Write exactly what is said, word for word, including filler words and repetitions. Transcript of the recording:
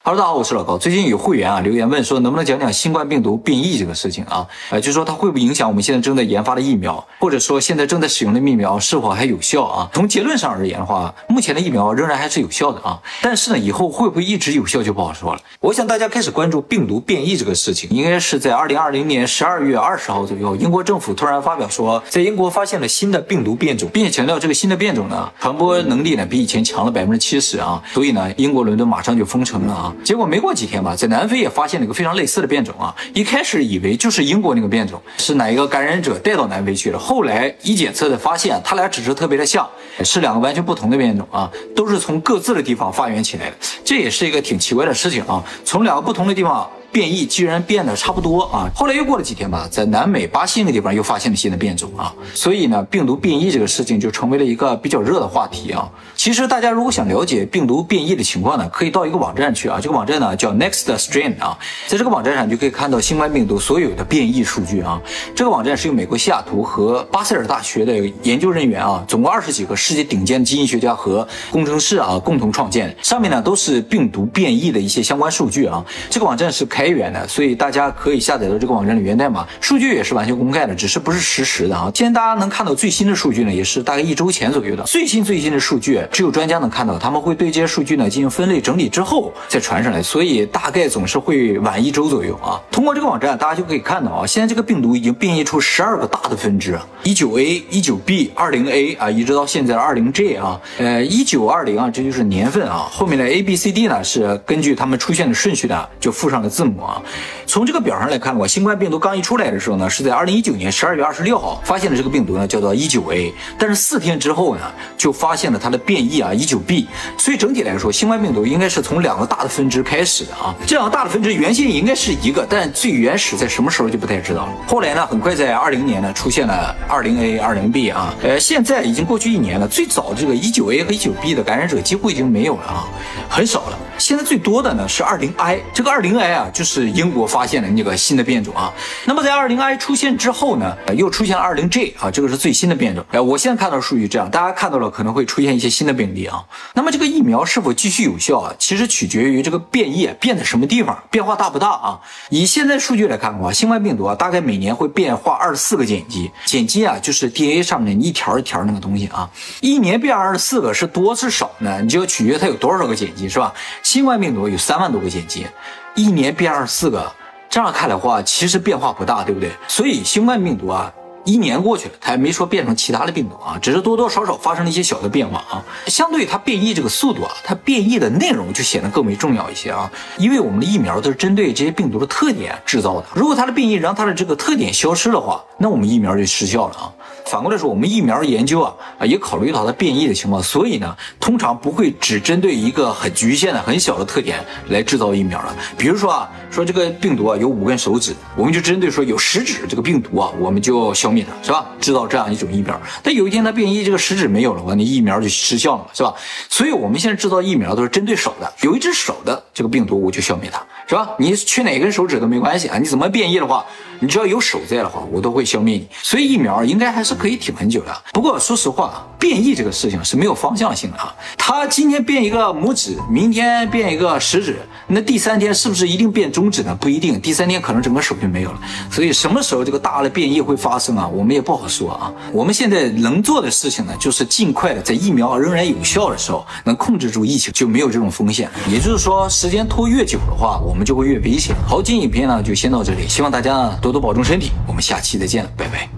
Hello， 大家好，我是老高。最近有会员啊留言问说，能不能讲讲新冠病毒变异这个事情啊？呃，就是说它会不会影响我们现在正在研发的疫苗，或者说现在正在使用的疫苗是否还有效啊？从结论上而言的话，目前的疫苗仍然还是有效的啊，但是呢，以后会不会一直有效就不好说了。我想大家开始关注病毒变异这个事情，应该是在二零二零年十二月二十号左右，英国政府突然发表说，在英国发现了新的病毒变种，并且强调这个新的变种呢，传播能力呢比以前强了百分之七十啊，所以呢，英国伦敦马上就封城了啊。结果没过几天吧，在南非也发现了一个非常类似的变种啊。一开始以为就是英国那个变种，是哪一个感染者带到南非去了。后来一检测的发现，它俩只是特别的像，是两个完全不同的变种啊，都是从各自的地方发源起来的。这也是一个挺奇怪的事情啊，从两个不同的地方变异居然变得差不多啊！后来又过了几天吧，在南美巴西那个地方又发现了新的变种啊，所以呢，病毒变异这个事情就成为了一个比较热的话题啊。其实大家如果想了解病毒变异的情况呢，可以到一个网站去啊，这个网站呢叫 Next Strain 啊，在这个网站上就可以看到新冠病毒所有的变异数据啊。这个网站是由美国西雅图和巴塞尔大学的研究人员啊，总共二十几个世界顶尖的基因学家和工程师啊共同创建，上面呢都是病毒变异的一些相关数据啊。这个网站是开源的，所以大家可以下载到这个网站的源代码，数据也是完全公开的，只是不是实时的啊。今天大家能看到最新的数据呢，也是大概一周前左右的最新最新的数据，只有专家能看到，他们会对这些数据呢进行分类整理之后再传上来，所以大概总是会晚一周左右啊。通过这个网站，大家就可以看到啊，现在这个病毒已经变异出十二个大的分支啊， 一九 A、一九 B、二十 A 啊，一直到现在的 二十 J 啊，呃，一九二零啊，这就是年份啊，后面的 A、B、C、D 呢是根据他们出现的顺序呢就附上了字母啊。从这个表上来看的话，新冠病毒刚一出来的时候呢，是在二零一九年十二月二十六号发现了这个病毒呢，叫做 一九 A， 但是四天之后呢，就发现了它的变异啊 一九 B， 所以整体来说，新冠病毒应该是从两个大的分支开始的啊。这两个大的分支原先应该是一个，但最原始在什么时候就不太知道了。后来呢，很快在二零年呢出现了 二十 A、二十 B 啊，呃，现在已经过去一年了，最早这个 一九 A 和 一九 B 的感染者几乎已经没有了啊，很少了。现在最多的呢是 二十 I， 这个 二十 I 啊就是英国发现的那个新的变种啊。那么在 二十 I 出现之后呢，又出现了 二十 J 啊，这个是最新的变种。哎，我现在看到数据这样，大家看到了可能会出现一些新的病例啊。那么这个疫苗是否继续有效啊，其实取决于这个变异变在什么地方，变化大不大啊。以现在数据来看的话，新冠病毒啊大概每年会变化二十四个碱基，碱基啊就是 D N A 上面一条一条那个东西啊，一年变二十四个是多是少呢？你就要取决它有多少个碱基是吧？新冠病毒有三万多个碱基，一年变二十四个，这样看来的话，其实变化不大，对不对？所以新冠病毒啊，一年过去了，它还没说变成其他的病毒啊，只是多多少少发生了一些小的变化啊。相对于它变异这个速度啊，它变异的内容就显得更为重要一些啊。因为我们的疫苗都是针对这些病毒的特点制造的，如果它的变异让它的这个特点消失的话，那我们疫苗就失效了啊。反过来说，我们疫苗研究啊啊也考虑到它变异的情况，所以呢，通常不会只针对一个很局限的、很小的特点来制造疫苗了。比如说啊，说这个病毒啊有五根手指，我们就针对说有食指这个病毒啊，我们就消灭它，是吧？制造这样一种疫苗。但有一天它变异，这个食指没有了，那疫苗就失效了，是吧？所以我们现在制造疫苗都是针对手的，有一只手的这个病毒我就消灭它，是吧？你缺哪根手指都没关系啊，你怎么变异的话，你只要有手在的话，我都会消灭你。所以疫苗应该还是可以挺很久的。不过说实话，变异这个事情是没有方向性的啊。它今天变一个拇指，明天变一个食指，那第三天是不是一定变中指呢？不一定，第三天可能整个手就没有了。所以什么时候这个大的变异会发生啊，我们也不好说啊。我们现在能做的事情呢，就是尽快的在疫苗仍然有效的时候，能控制住疫情，就没有这种风险。也就是说，时间拖越久的话，我们就会越危险。好，今天影片呢就先到这里，希望大家呢多多保重身体，我们下期再见了，拜拜。